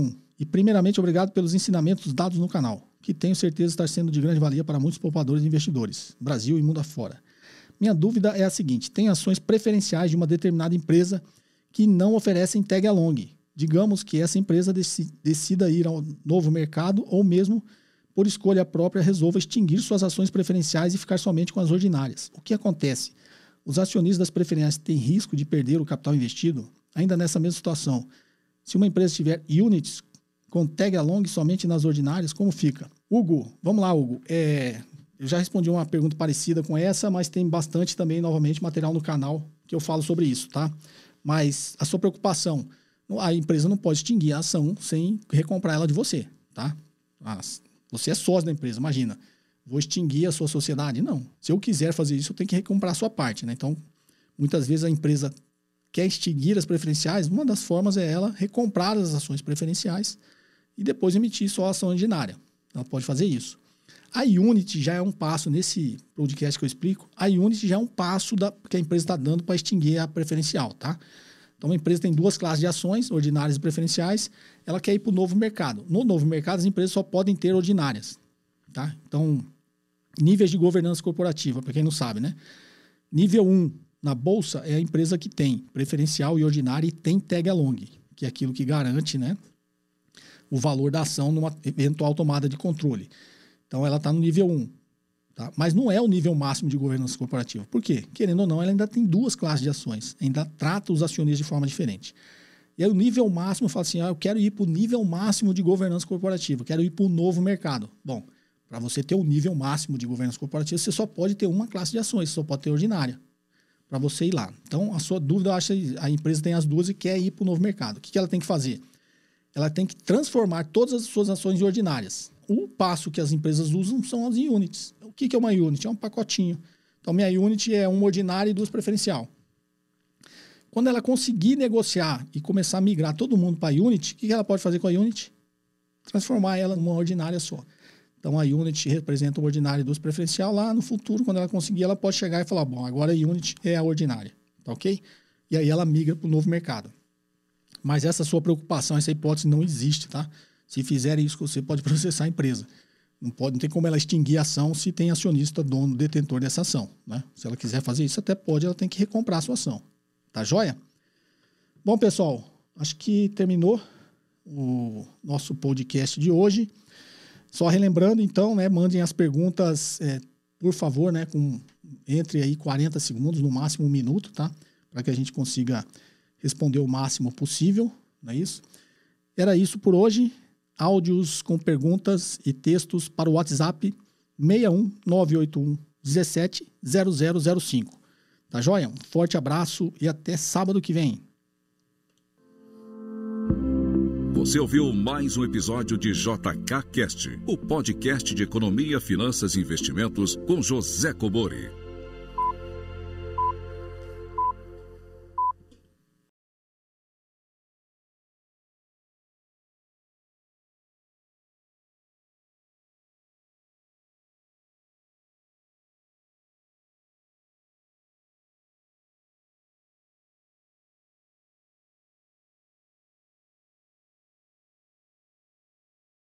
E primeiramente, obrigado pelos ensinamentos dados no canal, que tenho certeza estar sendo de grande valia para muitos poupadores e investidores, Brasil e mundo afora. Minha dúvida é a seguinte: tem ações preferenciais de uma determinada empresa que não oferecem tag along. Digamos que essa empresa decida ir ao novo mercado ou mesmo, por escolha própria, resolva extinguir suas ações preferenciais e ficar somente com as ordinárias. O que acontece? Os acionistas das preferências têm risco de perder o capital investido? Ainda nessa mesma situação, se uma empresa tiver units com tag along somente nas ordinárias, como fica? Hugo, vamos lá, Hugo. É, eu já respondi uma pergunta parecida com essa, mas tem bastante também, novamente, material no canal que eu falo sobre isso, tá? Mas a sua preocupação, a empresa não pode extinguir a ação sem recomprar ela de você, tá? Você é sócio da empresa, imagina. Vou extinguir a sua sociedade? Não. Se eu quiser fazer isso, eu tenho que recomprar a sua parte, né? Então, muitas vezes a empresa quer extinguir as preferenciais, uma das formas é ela recomprar as ações preferenciais e depois emitir só a ação ordinária. Ela pode fazer isso. A Unity já é um passo, nesse podcast que eu explico, a Unity já é um passo da, que a empresa está dando para extinguir a preferencial, tá? Então, a empresa tem duas classes de ações, ordinárias e preferenciais, ela quer ir para o novo mercado. No novo mercado, as empresas só podem ter ordinárias, tá? Então, níveis de governança corporativa, para quem não sabe, né? Nível um, na Bolsa, é a empresa que tem preferencial e ordinária e tem tag along, que é aquilo que garante, né, o valor da ação numa eventual tomada de controle. Então, ela está no nível um. Tá? Mas não é o nível máximo de governança corporativa. Por quê? Querendo ou não, ela ainda tem duas classes de ações. Ainda trata os acionistas de forma diferente. E aí o nível máximo fala assim, ah, eu quero ir para o nível máximo de governança corporativa. Quero ir para o novo mercado. Bom, para você ter o nível máximo de governança corporativa, você só pode ter uma classe de ações. Você só pode ter ordinária. Para você ir lá. Então, a sua dúvida, eu acho que a empresa tem as duas e quer ir para o novo mercado. O que ela tem que fazer? Ela tem que transformar todas as suas ações em ordinárias. O passo que as empresas usam são as units. O que é uma unit? É um pacotinho. Então, minha unit é uma ordinária e duas preferencial. Quando ela conseguir negociar e começar a migrar todo mundo para a unit, o que ela pode fazer com a unit? Transformar ela numa ordinária só. Então, a unit representa o ordinário e duas preferencial. Lá no futuro, quando ela conseguir, ela pode chegar e falar, bom, agora a unit é a ordinária. Tá ok? E aí ela migra para o novo mercado. Mas essa sua preocupação, essa hipótese não existe, tá? Se fizerem isso, você pode processar a empresa. Não, pode, não tem como ela extinguir a ação se tem acionista, dono, detentor dessa ação, né? Se ela quiser fazer isso, até pode, ela tem que recomprar a sua ação. Tá joia? Bom, pessoal, acho que terminou o nosso podcast de hoje. Só relembrando, então, né, mandem as perguntas, é, por favor, né, com, entre aí quarenta segundos, no máximo um minuto, tá? Para que a gente consiga responder o máximo possível, não é isso? Era isso por hoje. Áudios com perguntas e textos para o WhatsApp seis um nove oito um um sete zero zero zero cinco. Tá joia? Um forte abraço e até sábado que vem. Você ouviu mais um episódio de J K Cast, o podcast de economia, finanças e investimentos com José Cobori.